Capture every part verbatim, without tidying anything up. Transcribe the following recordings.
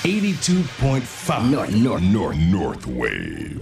エイティツーポイントファイブ North, North, North Wave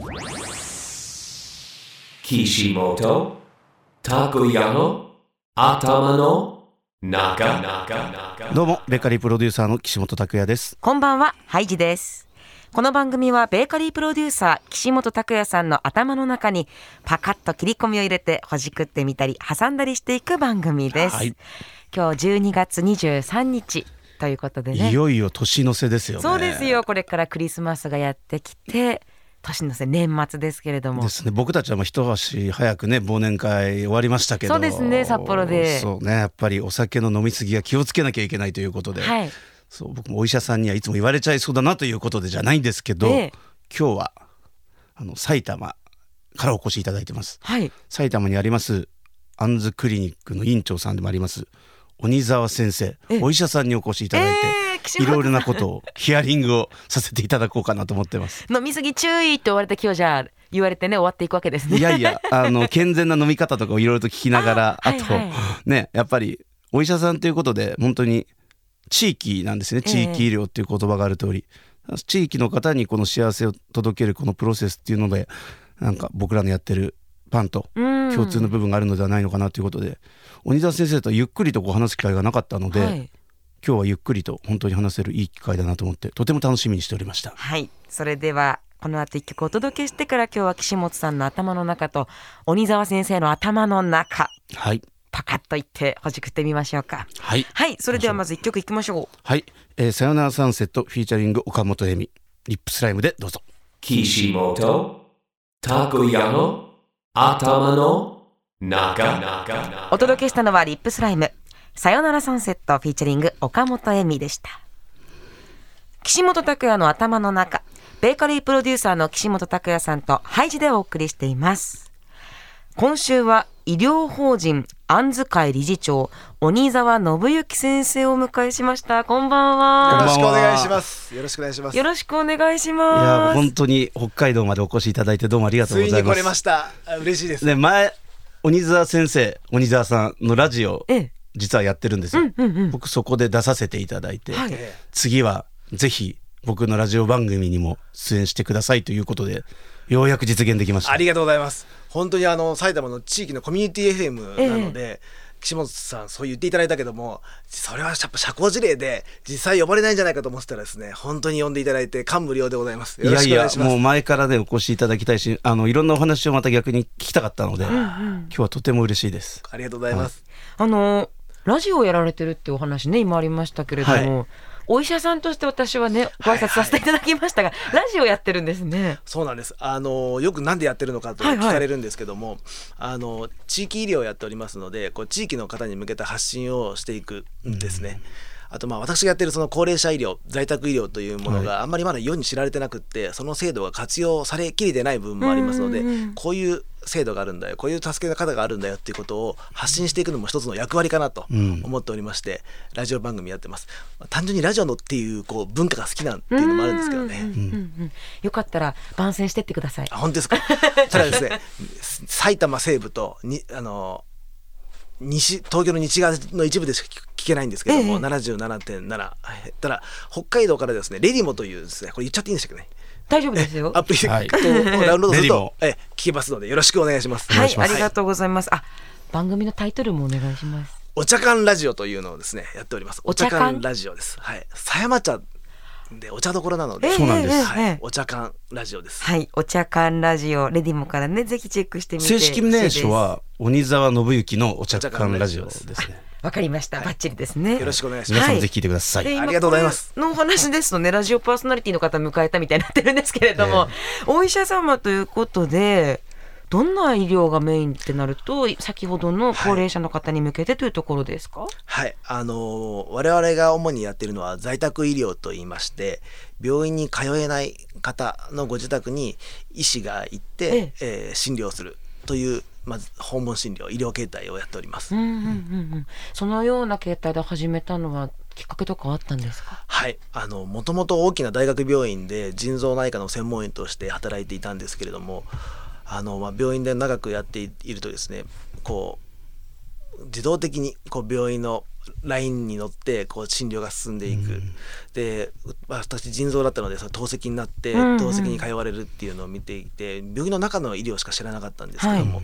岸本拓也の頭の中。 どうもベーカリープロデューサーの岸本拓也です。 こんばんは、ハイジです。この番組はベーカリープロデューサー岸本拓也さんの頭の中にパカッと切り込みを入れてほじくってみたり挟んだりしていく番組です、はい、今日じゅうにがつにじゅうさんにちということでね、 いよいよ年の瀬ですよね。 そうですよ。これからクリスマスがやってきて年の瀬年末ですけれどもですね。僕たちはもう一足早くね忘年会終わりましたけど、 そうですね。札幌でそうね、やっぱりお酒の飲み過ぎは気をつけなきゃいけないということで、はい、そう僕もお医者さんにはいつも言われちゃいそうだなということでじゃないんですけど、ええ、今日はあの埼玉からお越しいただいてます、はい、埼玉にありますアンズクリニックの院長さんでもあります鬼沢先生、お医者さんにお越しいただいて、えー、いろいろなことをヒアリングをさせていただこうかなと思ってます。 飲みすぎ注意って言われて今日じゃあ言われてね終わっていくわけですね。 いやいやあの健全な飲み方とかをいろいろと聞きながら あ, あと、はいはい、ねやっぱりお医者さんということで本当に地域なんですね。地域医療っていう言葉がある通り、えー、地域の方にこの幸せを届けるこのプロセスっていうのでなんか僕らのやってるパンと共通の部分があるのではないのかなということで、鬼沢先生とゆっくりとこう話す機会がなかったので、はい、今日はゆっくりと本当に話せるいい機会だなと思ってとても楽しみにしておりました。 はい、それではこの後一曲お届けしてから今日は岸本さんの頭の中と鬼沢先生の頭の中、はい、パカッといってほじくってみましょうか。はい、はい、それではまず一曲いきましょう。 はい、えー、さよならサンセットフィーチャリング岡本恵美リップスライムでどうぞ。 岸本拓也の頭の中。 お届けしたのはリップスライムさよならサンセットフィーチャリング岡本恵美でした。岸本拓也の頭の中、ベーカリープロデューサーの岸本拓也さんとハイジでお送りしています。今週は医療法人アンズ会理事長鬼沢信之先生をお迎えしました。こんばんは。 よろしくお願いします。よろしくお願いします。 よろしくお願いします。 いや本当に北海道までお越しいただいてどうもありがとうございます。 ついに来れました。嬉しいです、 ね、前鬼沢先生鬼沢さんのラジオ、ええ、実はやってるんですよ、うんうんうん、僕そこで出させていただいて、はい、次はぜひ僕のラジオ番組にも出演してくださいということでようやく実現できました。 ありがとうございます。本当にあの埼玉の地域のコミュニティ エフエム なので、ええ、岸本さんそう言っていただいたけどもそれはやっぱ社交辞令で実際呼ばれないんじゃないかと思ってたらですね本当に呼んでいただいて感無量でございます。よろしくお願いします。 いやいやもう前からねお越しいただきたいしあのいろんなお話をまた逆に聞きたかったので、うんうん、今日はとても嬉しいです。 ありがとうございます、 はい、あのラジオをやられてるっていうお話ね今ありましたけれども、はい、お医者さんとして私はねご挨拶させていただきましたが、はいはい、ラジオやってるんですね。 そうなんです。あのよくなんでやってるのかと聞かれるんですけども、はいはい、あの地域医療をやっておりますのでこう地域の方に向けた発信をしていくんですね、うん、あとまあ私がやってるその高齢者医療在宅医療というものがあんまりまだ世に知られてなくって、はい、その制度が活用されきりでない部分もありますので、こういう制度があるんだよこういう助けの方があるんだよっていうことを発信していくのも一つの役割かなと思っておりまして、うん、ラジオ番組やってます。単純にラジオのっていう、こう文化が好きなんていうのもあるんですけどね、うんうんうん、 よかったら番宣してってください。 あ本当ですかただですね埼玉西部とにあの西東京の西側の一部でしか聞けないんですけども、ええ、ななじゅうななてんなな ただ北海道からですねレディモというですねこれ言っちゃっていいんでしたっけね。 大丈夫ですよ。 アプリで、はい、ダウンロードするとえ聞けますのでよろしくお願いします。 はい、ありがとうございます。あ番組のタイトルもお願いします。 お茶館ラジオというのをですねやっております。お茶館ラジオです。はい、狭山茶でお茶どころなので、 そうなんです、 はい、お茶館ラジオです。 はい、お茶館ラジオレディモからねぜひチェックしてみて。 正式名称は鬼沢信之のお茶館ラジオですね。 わかりました、はい、バッチリですね。 よろしくお願いします。 皆さんぜひ聞いてください、はい、 ありがとうございます。 のお話ですとねラジオパーソナリティの方迎えたみたいになってるんですけれども、えー、お医者様ということでどんな医療がメインってなると先ほどの高齢者の方に向けてというところですか。 はい、はい、あのー、我々が主にやっているのは在宅医療といいまして病院に通えない方のご自宅に医師が行って、えええー、診療するというまず訪問診療医療形態をやっております、うんうんうんうん、 そのような形態で始めたのはきっかけとかあったんですか。 はい、あのもともと大きな大学病院で腎臓内科の専門医として働いていたんですけれどもあの、まあ、病院で長くやっているとですねこう自動的にこう病院のラインに乗ってこう診療が進んでいく、うん、で私腎臓だったのでその透析になって透析に通われるっていうのを見ていて、うんうん、病院の中の医療しか知らなかったんですけども、はい、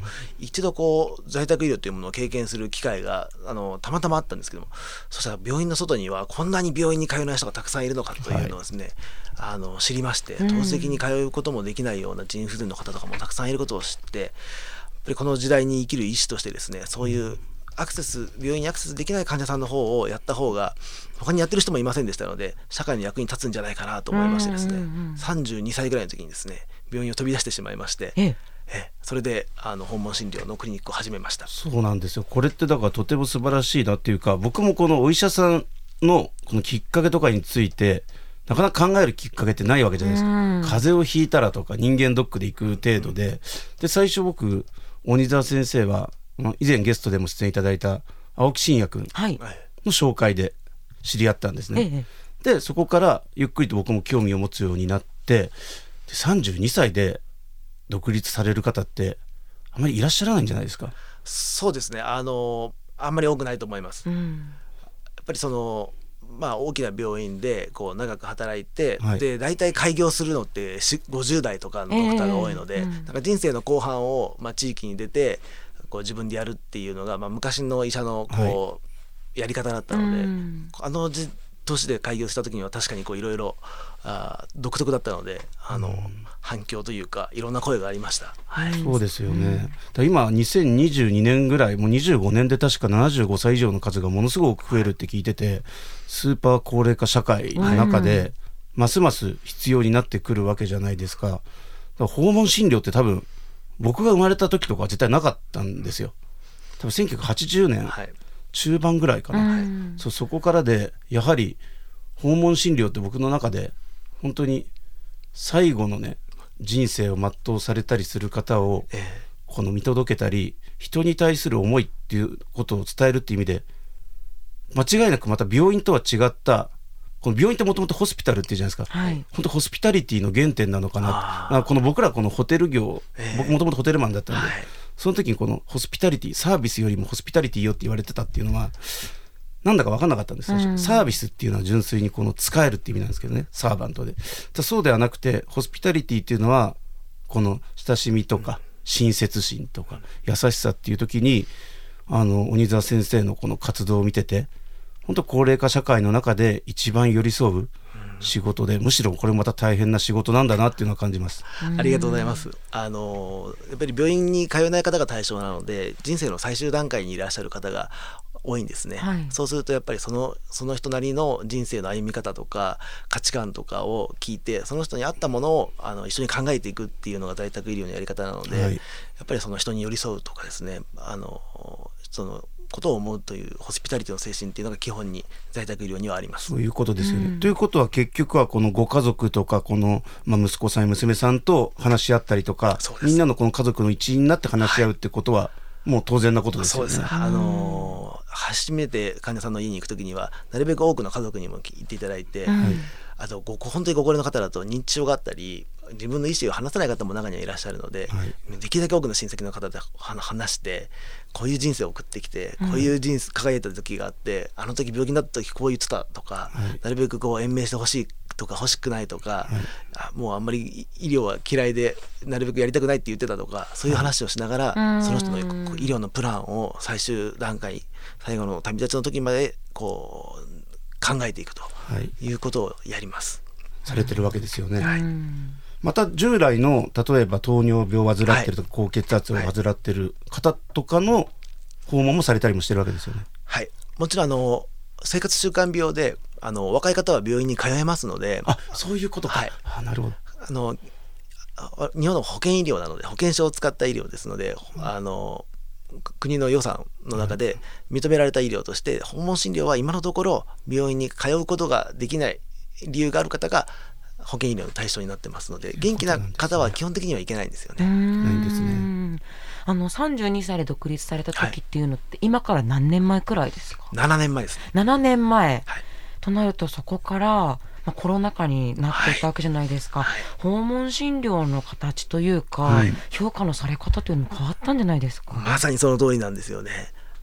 一度こう在宅医療というものを経験する機会があのたまたまあったんですけども、そしたら病院の外にはこんなに病院に通えない人がたくさんいるのかというのをですね、はい、あの知りまして、透析に通うこともできないような腎不全の方とかもたくさんいることを知って、やっぱりこの時代に生きる医師としてですね、そういうアクセス病院にアクセスできない患者さんの方をやった方が他にやってる人もいませんでしたので、社会の役に立つんじゃないかなと思いましてですね、うんうんうん、さんじゅうにさいぐらいの時にですね病院を飛び出してしまいまして、ええそれであの訪問診療のクリニックを始めました。 そうなんですよ。これってだからとても素晴らしいなっていうか、僕もこのお医者さんのこのきっかけとかについてなかなか考えるきっかけってないわけじゃないですか、うん、風邪をひいたらとか人間ドックで行く程度で、で最初僕鬼沢先生は以前ゲストでも出演いただいた青木真也君の紹介で知り合ったんですね、はい、でそこからゆっくりと僕も興味を持つようになって、でさんじゅうにさいで独立される方ってあまりいらっしゃらないんじゃないですか。 そうですね、あのあんまり多くないと思います、うん、やっぱりそのまあ、大きな病院でこう長く働いて、はい、で大体開業するのってごじゅう代とかのドクターが多いので、えーうん、なんか人生の後半を、まあ、地域に出てこう自分でやるっていうのが、まあ、昔の医者のこうやり方だったので、はい、あの年で開業した時には確かにいろいろ独特だったので、あの、うん、反響というかいろんな声がありました、はい、 そうですよね、うん、今にせんにじゅうにねんぐらいもうにじゅうごねんで確かななじゅうごさい以上の数がものすごく増えるって聞いてて、スーパー高齢化社会の中でますます必要になってくるわけじゃないですか。だから訪問診療って多分僕が生まれた時とかは絶対なかったんですよ。多分せんきゅうひゃくはちじゅうねん中盤ぐらいかな、はい、そ, そこからでやはり訪問診療って僕の中で本当に最後のね人生を全うされたりする方をこの見届けたり、人に対する思いっていうことを伝えるっていう意味で間違いなくまた病院とは違った、この病院ってもともとホスピタルっていうじゃないですか、はい、本当ホスピタリティの原点なのかな。あこの僕らこのホテル業、えー、僕もともとホテルマンだったんで、はい、その時にこのホスピタリティ、サービスよりもホスピタリティよって言われてたっていうのはなんだか分かんなかったんですよ、うん、サービスっていうのは純粋にこの使えるっていう意味なんですけどね、サーバントで。そうではなくてホスピタリティっていうのはこの親しみとか親切心とか優しさっていう時に、あの鬼沢先生のこの活動を見てて、本当高齢化社会の中で一番寄り添う仕事で、むしろこれまた大変な仕事なんだなっていうのは感じます。 ありがとうございます。あのやっぱり病院に通えない方が対象なので、人生の最終段階にいらっしゃる方が多いんですね、はい、そうするとやっぱりその、その人なりの人生の歩み方とか価値観とかを聞いて、その人に合ったものをあの一緒に考えていくっていうのが在宅医療のやり方なので、はい、やっぱりその人に寄り添うとかですね、あのそのことを思うというホスピタリティの精神っていうのが基本に在宅医療にはあります。 そういうことですよね、うん、ということは結局はこのご家族とかこの、まあ、息子さんや娘さんと話し合ったりとか、みんなのこの家族の一員になって話し合うってことは、はい、もう当然なことですよね。 そうです。あのー、初めて患者さんの家に行くときにはなるべく多くの家族にも行っていただいて、うん、あとご本当にご高齢の方だと認知症があったり自分の意思を話せない方も中にはいらっしゃるので、はい、できるだけ多くの親戚の方で話して、こういう人生を送ってきて、こういう人生輝いた時があって、うん、あの時病気になった時こう言ってたとか、はい、なるべくこう延命してほしいとか欲しくないとか、はい、もうあんまり医療は嫌いでなるべくやりたくないって言ってたとか、そういう話をしながら、はい、その人の医療のプランを最終段階、最後の旅立ちの時までこう考えていくということをやります、 はい、されてるわけですよね、はい。また従来の例えば糖尿病を患ってるとか、はい、高血圧を患ってる方とかの訪問もされたりもしてるわけですよね。 はい、もちろんあの生活習慣病であの若い方は病院に通えますので。 あ、そういうことか、はい、あ、なるほど。 あの日本の保険医療なので、保険証を使った医療ですので、うん、あの国の予算の中で認められた医療として、訪問診療は今のところ病院に通うことができない理由がある方が保険医療の対象になってますので、元気な方は基本的にはいけないんですよね。 ないんですね。 あのさんじゅうにさいで独立された時っていうのって、はい、今から何年前くらいですか？ ななねんまえですね。 ななねんまえ、はい、となるとそこから、まあ、コロナ禍になっていたわけじゃないですか、はい、訪問診療の形というか、はい、評価のされ方というのも変わったんじゃないですか？ まさにその通りなんですよね。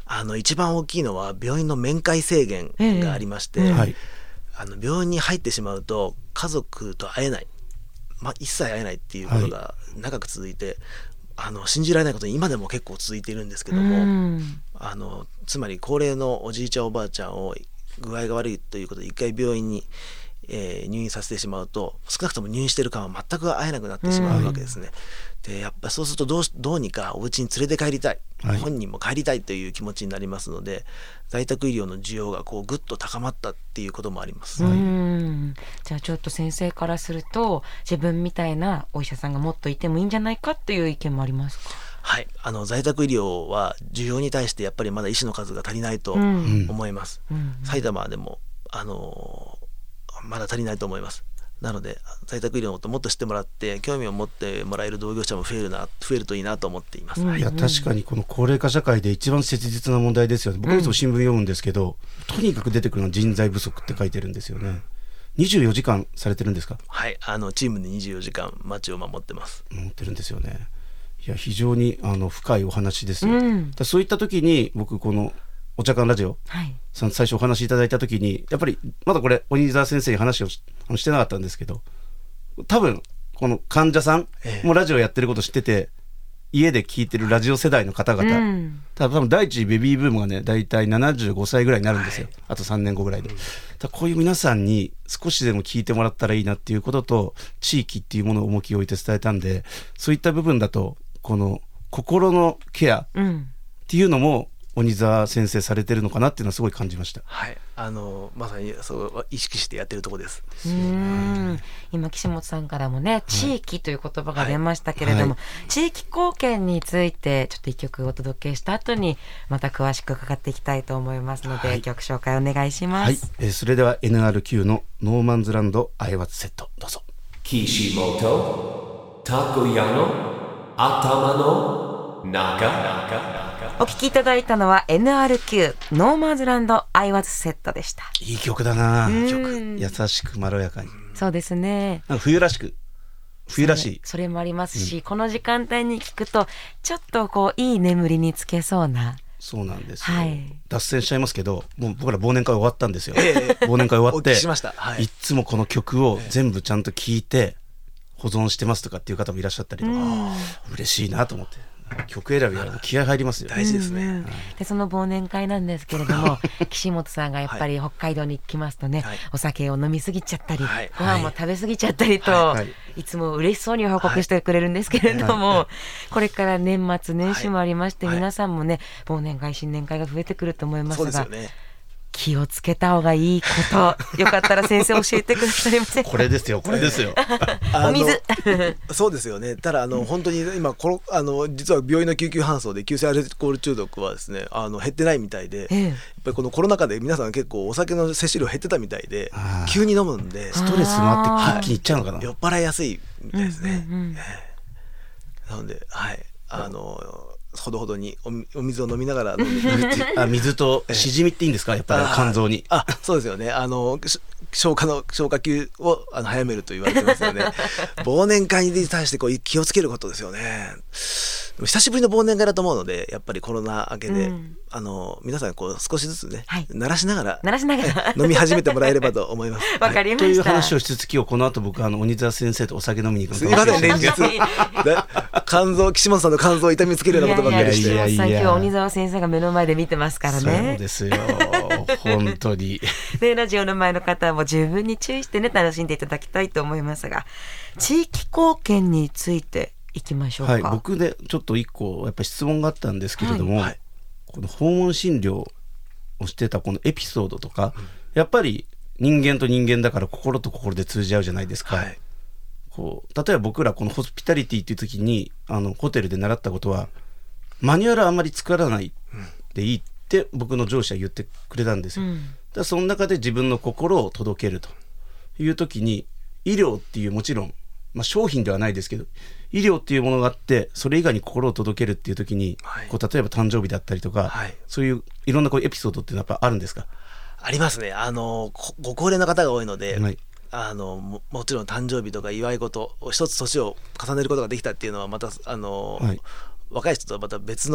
あの一番大きいのは病院の面会制限がありまして、 ええはいあの病院に入ってしまうと家族と会えない、まあ、一切会えないっていうことが長く続いて、あの信じられないことに今でも結構続いているんですけども、 うんあのつまり高齢のおじいちゃんおばあちゃんを具合が悪いということで一回病院に、えー入院させてしまうと少なくとも入院してる間は全く会えなくなってしまうわけですね。でやっぱそうするとどうしどうにかお家に連れて帰りたい、 はい本人も帰りたいという気持ちになりますので在宅医療の需要がこうぐっと高まったっていうこともあります。 うんじゃあちょっと先生からすると自分みたいなお医者さんがもっといてもいいんじゃないかっていう意見もありますか？ はい、あの在宅医療は需要に対してやっぱりまだ医師の数が足りないとうん思います。 うん埼玉でもあのまだ足りないと思います。なので在宅医療のこともっと知ってもらって興味を持ってもらえる同業者も増えるな増えるといいなと思っています。 うんはいいや確かにこの高齢化社会で一番切実な問題ですよね。僕もいつも新聞読むんですけど、とにかく出てくるのは人材不足って書いてるんですよね。にじゅうよじかんされてるんですか？ はい、あのチームでにじゅうよじかん街を守ってます。 持ってるんですよね。いや非常にあの深いお話ですよ、 うんだそういった時に僕このお茶館ラジオはいさん最初お話しいただいた時にやっぱりまだこれ鬼沢先生に話を し, あのしてなかったんですけど、多分この患者さんええもラジオやってること知ってて家で聞いてるラジオ世代の方々、 うん多分第一次ベビーブームがね大体ななじゅうごさいぐらいになるんですよ、 はいあとさんねんごぐらいで、だからこういう皆さんに少しでも聞いてもらったらいいなっていうことと地域っていうものを重きを置いて伝えたんで、そういった部分だとこの心のケアうんっていうのも鬼沢先生されてるのかなっていうのはすごい感じました。 はい、あのまさにそう意識してやってるところです。 うん今岸本さんからもね地域という言葉が出ましたけれども、 は地域貢献についてちょっと一曲お届けした後にまた詳しく伺っていきたいと思いますので、 はい曲紹介お願いしまはいす。、 えーそれでは エヌアールキュー のノーマンズランドアイワツセットどうぞ。 岸本たこやの頭の中。 お聞きいただいたのは エヌアールキュー ノーマーズランドアイワズセットでした。 いい曲だなうん曲優しくまろやかにそうですね。 なんか冬らしく冬らしい。 それもありますし、この時間帯に聞くとちょっとこういい眠りにつけそうな。 そうなんですよ、 はい脱線しちゃいますけどもう僕ら忘年会終わったんですよ、 ええ忘年会終わってお聞きしましたはいいつもこの曲を全部ちゃんと聞いて保存してますとかっていう方もいらっしゃったりとか、嬉しいなと思って曲選びは気合入りますよ。 大事ですね。 うんうんでその忘年会なんですけれども岸本さんがやっぱり北海道に来ますとね、 はいお酒を飲みすぎちゃったり、 はいご飯も食べ過ぎちゃったりと、 はいはいいつも嬉しそうに報告してくれるんですけれども、これから年末年始もありまして、 はい皆さんもね忘年会新年会が増えてくると思いますが、 そうですよね。 気をつけた方がいいことよかったら先生教えてくださいませ。 これですよこれですよあのお水そうですよね。ただあの本当に今このあの実は病院の救急搬送で急性アルコール中毒はですねあの減ってないみたいで、 ええやっぱりこのコロナ禍で皆さん結構お酒の摂取量減ってたみたいであー急に飲むんでストレスもあって一気にいっちゃうのかな、 酔っ払いやすいみたいですね。 うんうんうんええなのではいあのほどほどにおみお水を飲みながら飲んでいくっていうあ水としじみっていいんですかやっぱり肝臓に。 あそうですよね。あのし消化の消化球をあの早めると言われてますよね。忘年会に対してこう気をつけることですよね。久しぶりの忘年会だと思うのでやっぱりコロナ明けで、 うんあの皆さんこう少しずつね、 はい慣らしながら鳴らしながら飲み始めてもらえればと思います。 わかりまというした。 話をしつつ今日この後僕あの鬼沢先生とお酒飲みに行くすいません連日はいだ肝臓岸本さんの肝臓を痛みつけるようなことばっかりしていやいや岸本さん今日鬼沢先生が目の前で見てますからそうね。 ですよ本当にでラジオの前の方も十分に注意してね楽しんでいただきたいと思いますが、地域貢献についていきましょうか。 はい僕でちょっと一個やっぱ質問があったんですけれども、 はいはいこの訪問診療をしてたこのエピソードとか、やっぱり人間と人間だから心と心で通じ合うじゃないですか、 はいこう例えば僕らこのホスピタリティっていう時にあのホテルで習ったことはマニュアルあんまり作らないでいいって僕の上司は言ってくれたんですよ、 うんだからその中で自分の心を届けるという時に医療っていうもちろん、まあ、商品ではないですけど医療っていうものがあってそれ以外に心を届けるっていう時に、 はいこう例えば誕生日だったりとか、 はいそういういろんなこうエピソードっていうのはやっぱあるんですか？ ありますね。あのこご高齢の方が多いので、 はいあの も, もちろん誕生日とか祝い事を一つ年を重ねることができたっていうのはまたあの、 はい若い人とはまた別の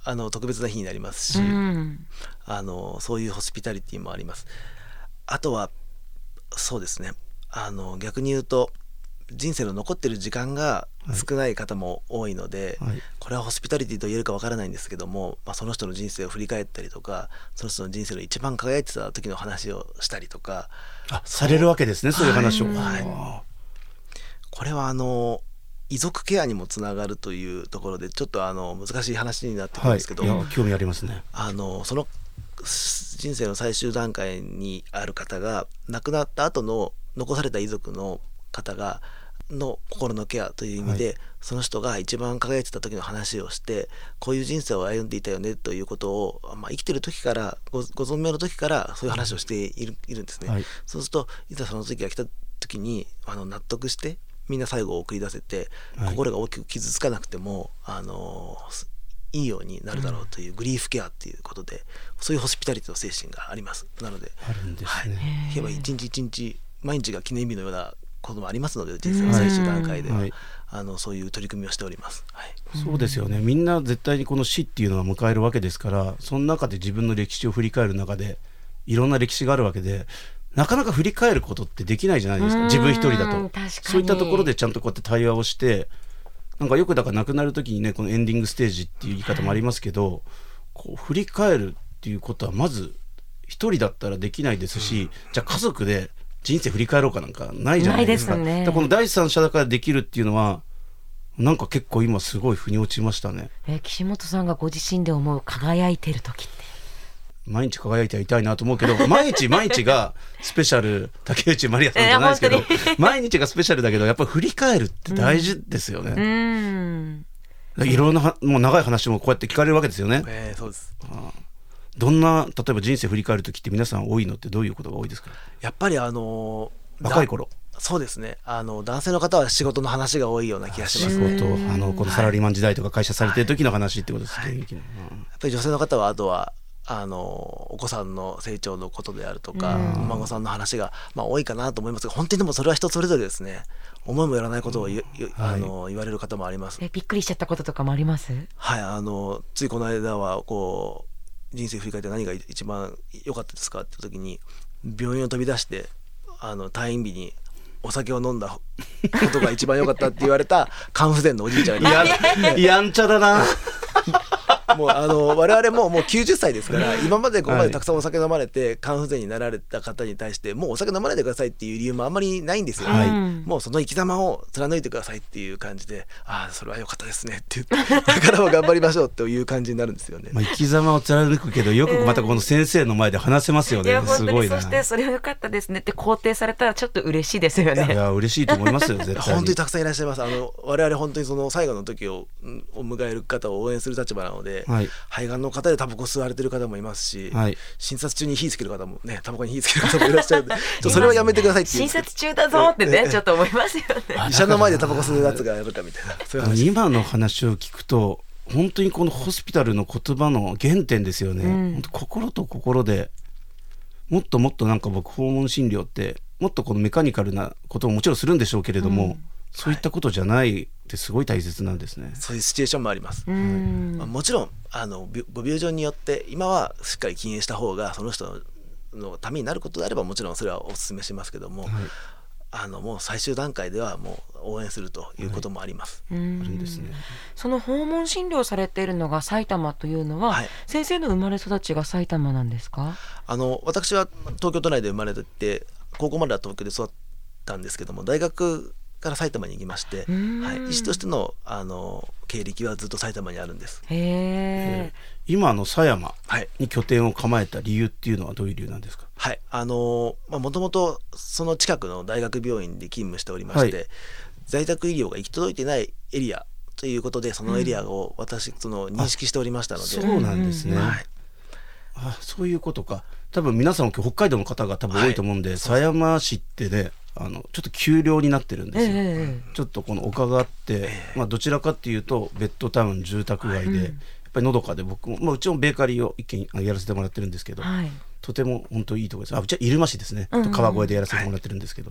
あの特別な日になりますし、 うん、 あのそういうホスピタリティもあります。あとはそうですね、あの逆に言うと人生の残ってる時間が少ない方も多いので、はい、これはホスピタリティと言えるかわからないんですけども、まあ、その人の人生を振り返ったりとか、その人の人生の一番輝いてた時の話をしたりとかあされるわけですね、そういう話を、 はいはい、これはあの遺族ケアにもつながるというところでちょっとあの難しい話になってくるんですけど、 はい、いや興味ありますね。 あのその人生の最終段階にある方が亡くなった後の残された遺族の方がの心のケアという意味で、はい、その人が一番輝いてた時の話をして、こういう人生を歩んでいたよねということを、まあ、生きてる時から ご, ご存命の時からそういう話をしてい る, いるんですね、はい、そうするといざその時が来た時にあの納得してみんな最後を送り出せて、はい、心が大きく傷つかなくてもあのいいようになるだろうというグリーフケアっていうことで、そういうホスピタリティの精神があります。なのであるんですね、 はい、一日一日毎日が記念日のようなこともありますので、人生の最終段階では、はい、あのそういう取り組みをしております、はい、 そうですよね。みんな絶対にこの死っていうのは迎えるわけですから、その中で自分の歴史を振り返る中でいろんな歴史があるわけで、なかなか振り返ることってできないじゃないですか、自分一人だと。そういったところでちゃんとこうやって対話をして、なんかよくだから亡くなる時にね、このエンディングステージっていう言い方もありますけど、はい、こう振り返るっていうことはまず一人だったらできないですし、うん、じゃあ家族で人生振り返ろうかなんかないじゃないですか。 ないですね。 だからこの第三者だからできるっていうのはなんか結構今すごい腑に落ちましたね。 え岸本さんがご自身で思う輝いてる時って？ 毎日輝いてはいたいなと思うけど、毎日毎日がスペシャル竹内まりやさんじゃないですけど、毎日がスペシャルだけどやっぱり振り返るって大事ですよね、うん、うん、いろんなもう長い話もこうやって聞かれるわけですよね、 えー、そうです。 ああ、どんな例えば人生振り返る時って皆さん多いのってどういうことが多いですか？ やっぱりあの若い頃、 そうですね、あの男性の方は仕事の話が多いような気がします。 仕事、あのこのサラリーマン時代とか会社されてる時の話ってことです、はいはい、現役の、うん、 やっぱり女性の方はあとはあのお子さんの成長のことであるとか、お孫さんの話が、まあ、多いかなと思いますが、本当にでもそれは人それぞれですね。思いもよらないことを言、うん、あの、はい、言われる方もあります。 えびっくりしちゃったこととかもあります？ はい、あのついこの間はこう人生振り返って何が一番良かったですかって時に、病院を飛び出してあの退院日にお酒を飲んだことが一番良かったって言われた肝不全のおじいちゃんがいややんちゃだなもうあの我々ももうきゅうじゅっさいですから、今までここまでたくさんお酒飲まれて肝不全になられた方に対してもうお酒飲まないでくださいっていう理由もあんまりないんですよ、はい、もうその生き様を貫いてくださいっていう感じで、ああそれは良かったですねって言って、だからも頑張りましょうという感じになるんですよね。 まあ、生き様を貫くけどよくまたこの先生の前で話せますよね、 えー、 すごいな。 そしてそれは良かったですねって肯定されたらちょっと嬉しいですよね。 いや嬉しいと思いますよ絶対に。 本当にたくさんいらっしゃいます。あの我々本当にその最後の時をを迎える方を応援する立場なので、はい、肺がんの方でタバコ吸われてる方もいますし、はい、診察中に火つける方もね、タバコに火つける方もいらっしゃるんでそれはやめてくださいっていう。 診察中だぞってねちょっと思いますよね。 医者の前でタバコ吸うやつがやるかみたいな、そういう話。 今の話を聞くと本当にこのホスピタルの言葉の原点ですよね、うん、本当心と心でもっともっとなんか僕訪問診療ってもっとこのメカニカルなことももちろんするんでしょうけれども、うん、そういったことじゃないってすごい大切なんですね、はい、 そういうシチュエーションもあります、まあ、もちろんあのご病状によって今はしっかり禁煙した方がその人のためになることであればもちろんそれはお勧めしますけども、はい、あのもう最終段階ではもう応援するということもあります、 はい、あるんですね。 その訪問診療されているのが埼玉というのは、はい、先生の生まれ育ちが埼玉なんですか？ あの私は東京都内で生まれて高校までは東京で育ったんですけども、大学から埼玉に行きまして、はい、医師としての、あの経歴はずっと埼玉にあるんです。 へー。 今の狭山に拠点を構えた理由っていうのはどういう理由なんですか？ はい、あのまあ、もともとその近くの大学病院で勤務しておりまして、はい、在宅医療が行き届いてないエリアということでそのエリアを私、うん、その認識しておりましたので。 そうなんですね、はい、あそういうことか。多分皆さんも今日北海道の方が多分多いと思うんで、はい、狭山市ってねあのちょっと丘陵になってるんですよ、えー、ちょっとこの丘があって、えーまあ、どちらかっていうとベッドタウン住宅街で、はい、やっぱりのどかで僕も、まあ、うちもベーカリーを一軒やらせてもらってるんですけど、はい、とても本当いいところです。あうちは入間市ですね、うんうん、川越でやらせてもらってるんですけど、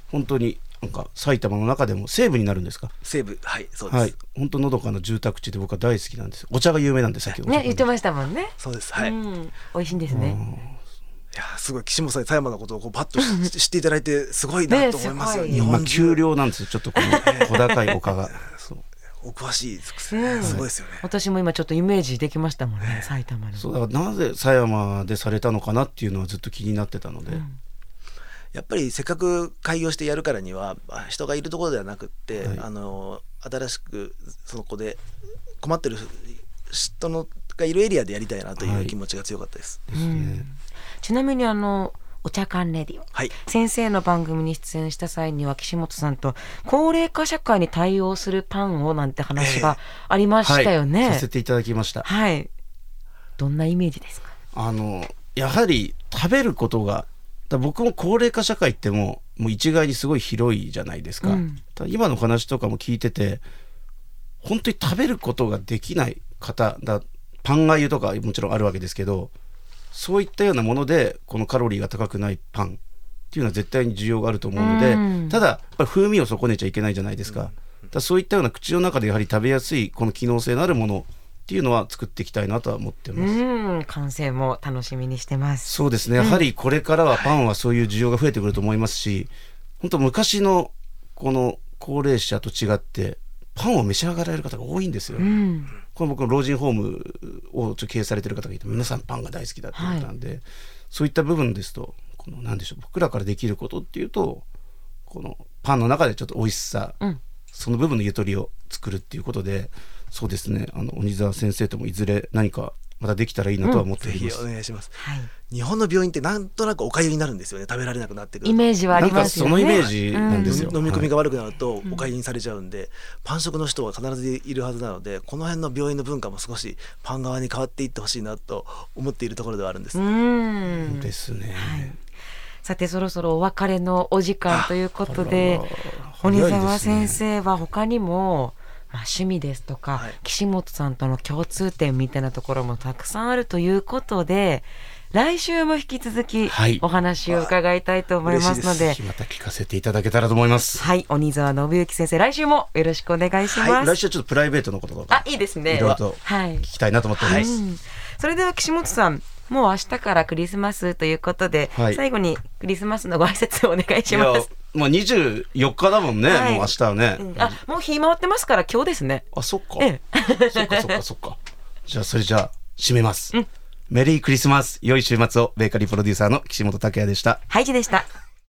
本当になんか埼玉の中でも西部になるんですか？ 西部、はいそうです、 はい、本当のどかな住宅地で僕は大好きなんです。お茶が有名なんで、さっきお茶ね言ってましたもんね。 そうです、はい、いうん、美味しいんですね。 やすごい岸本さんに狭山のことをこうパッと知知っていただいてすごいなと思いますよ、 ね日まあ本中丘陵なんですよ、ちょっとこの小高い丘がそうお詳しいですうね、 んすごいですよね。 私も今ちょっとイメージできましたもんね、埼玉の。 そうだからなぜ狭山でされたのかなっていうのはずっと気になってたので、 やっぱりせっかく開業してやるからにはあ人がいるところではなくって、 はいあの新しくそこで困ってる人のがいるエリアでやりたいなという気持ちが強かったです、 ですね。 ちなみにあのお茶館レディオ、 はい先生の番組に出演した際には岸本さんと高齢化社会に対応するパンをなんて話がありましたよね、 はい、させていただきました。 はいどんなイメージですか？ あのやはり食べることが、だ僕も高齢化社会ってもう、もう一概にすごい広いじゃないですか、 うん、 だ今の話とかも聞いてて本当に食べることができない方だ、パンがゆとかもちろんあるわけですけど、そういったようなものでこのカロリーが高くないパンっていうのは絶対に需要があると思うので、 うんただやっぱり風味を損ねちゃいけないじゃないですか、だからそういったような口の中でやはり食べやすいこの機能性のあるものっていうのは作っていきたいなとは思ってます。 うん完成も楽しみにしてます。 そうですね、やはりこれからはパンはそういう需要が増えてくると思いますし、本当昔のこの高齢者と違ってパンを召し上がられる方が多いんですよ、 うんこれ僕の老人ホームをちょ経営されてる方がいて皆さんパンが大好きだっていうことなんで、はい、そういった部分ですとこの何でしょう、僕らからできることっていうとこのパンの中でちょっと美味しさ、うん、その部分のゆとりを作るっていうことで、そうですね、あの鬼沢先生ともいずれ何かまたできたらいいなとは思っております、 うん、ぜひお願いします、 はい、 日本の病院ってなんとなくおかゆになるんですよね、食べられなくなってくるイメージはありますよね。 なんかそのイメージなんですよ、 うん、飲み込みが悪くなるとおかゆにされちゃうんで、うん、パン食の人は必ずいるはずなので、この辺の病院の文化も少しパン側に変わっていってほしいなと思っているところではあるんです。 うんですね、 はい、さてそろそろお別れのお時間ということで、鬼沢先生は他にもまあ、趣味ですとか、はい、岸本さんとの共通点みたいなところもたくさんあるということで、来週も引き続きお話を伺いたいと思いますので、はい、 また聞かせていただけたらと思います。 はい、鬼沢信之先生、来週もよろしくお願いします、はい、 来週はちょっとプライベートのこととか、 あ、いいですね、 いろいろと聞きたいなと思っております、はいはい、 それでは岸本さん、もう明日からクリスマスということで、はい、最後にクリスマスのご挨拶をお願いします。 まあ、にじゅうよっかだもんね、はい、もう明日はね、うん、 あ、もう日回ってますから今日ですね。 あ、そっか、ええ、そっかそっかそっかじゃあそれじゃあ締めます、うん、メリークリスマス、良い週末を。ベーカリープロデューサーの岸本拓也でした。 ハイジでした。